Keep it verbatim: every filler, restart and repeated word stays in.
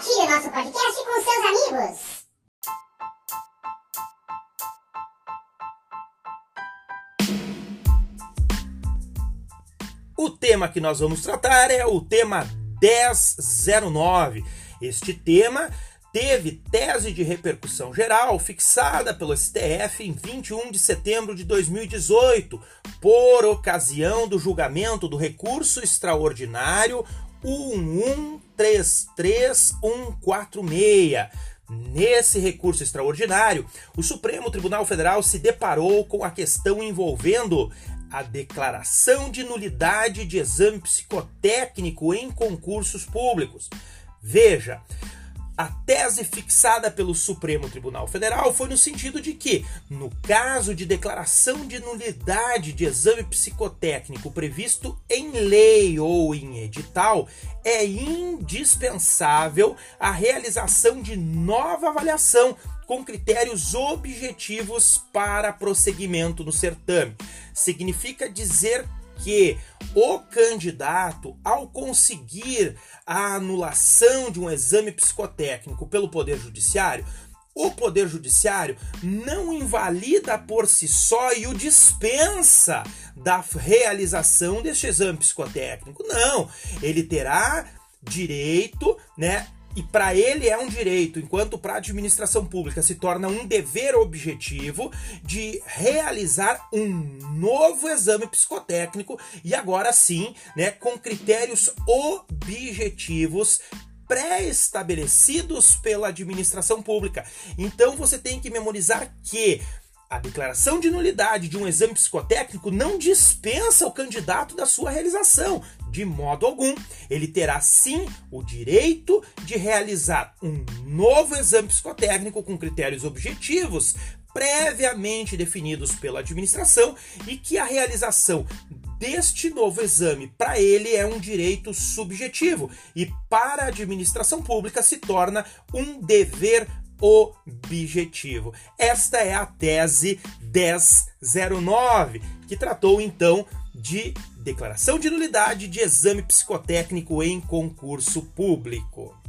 Compartilhe o nosso podcast com seus amigos. O tema que nós vamos tratar é o tema dez zero nove. Este tema teve tese de repercussão geral fixada pelo S T F em vinte e um de setembro de dois mil e dezoito, por ocasião do julgamento do recurso extraordinário um um três três um quatro seis. Nesse recurso extraordinário, o Supremo Tribunal Federal se deparou com a questão envolvendo a declaração de nulidade de exame psicotécnico em concursos públicos. Veja, a tese fixada pelo Supremo Tribunal Federal foi no sentido de que, no caso de declaração de nulidade de exame psicotécnico previsto em lei ou em edital, é indispensável a realização de nova avaliação com critérios objetivos para prosseguimento no certame. Significa dizer que o candidato, ao conseguir a anulação de um exame psicotécnico pelo Poder Judiciário, o Poder Judiciário não invalida por si só e o dispensa da realização deste exame psicotécnico. Não, ele terá direito, né? E para ele é um direito, enquanto para a administração pública se torna um dever objetivo de realizar um novo exame psicotécnico e agora sim, né, com critérios objetivos pré-estabelecidos pela administração pública. Então você tem que memorizar que a declaração de nulidade de um exame psicotécnico não dispensa o candidato da sua realização, de modo algum. Ele terá sim o direito de realizar um novo exame psicotécnico com critérios objetivos previamente definidos pela administração e que a realização deste novo exame para ele é um direito subjetivo e para a administração pública se torna um dever objetivo. Esta é a tese dez zero nove, que tratou então de declaração de nulidade de exame psicotécnico em concurso público.